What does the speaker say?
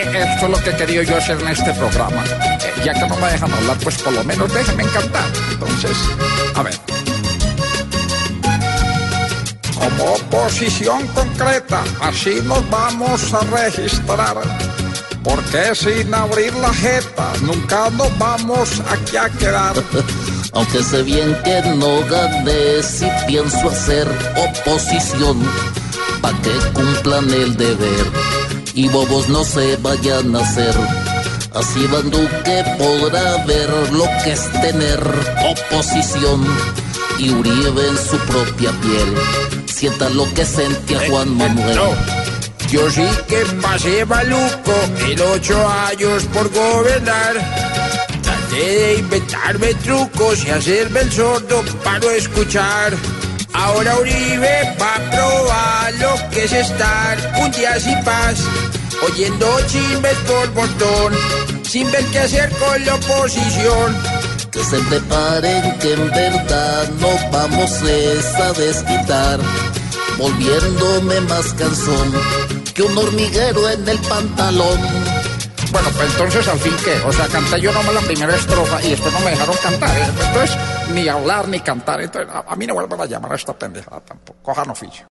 esto es lo que he querido yo hacer en este programa. Ya que no me dejan hablar, pues por lo menos déjenme cantar. Entonces, a ver. Como posición concreta, así nos vamos a registrar. Porque sin abrir la jeta, nunca nos vamos aquí a quedar. Aunque sé bien que no gané, si pienso hacer oposición, pa' que cumplan el deber y bobos no se vayan a hacer. Así Iván Duque podrá ver lo que es tener oposición y Uribe en su propia piel sienta lo que sentía Juan Manuel. Yo sí que pasé maluco en 8 años por gobernar. Traté de inventarme trucos y hacerme el sordo para no escuchar. Ahora Uribe va a probar lo que es estar un día sin paz, oyendo chismes por botón, sin ver qué hacer con la oposición. Que se preparen que en verdad nos vamos a desquitar, volviéndome más cansón que un hormiguero en el pantalón. Bueno, pues entonces al fin qué, o sea, canté yo nomás la primera estrofa y después no me dejaron cantar, ¿eh? Entonces ni hablar ni cantar, entonces a mí no vuelvan a llamar a esta pendejada tampoco, cojan oficio.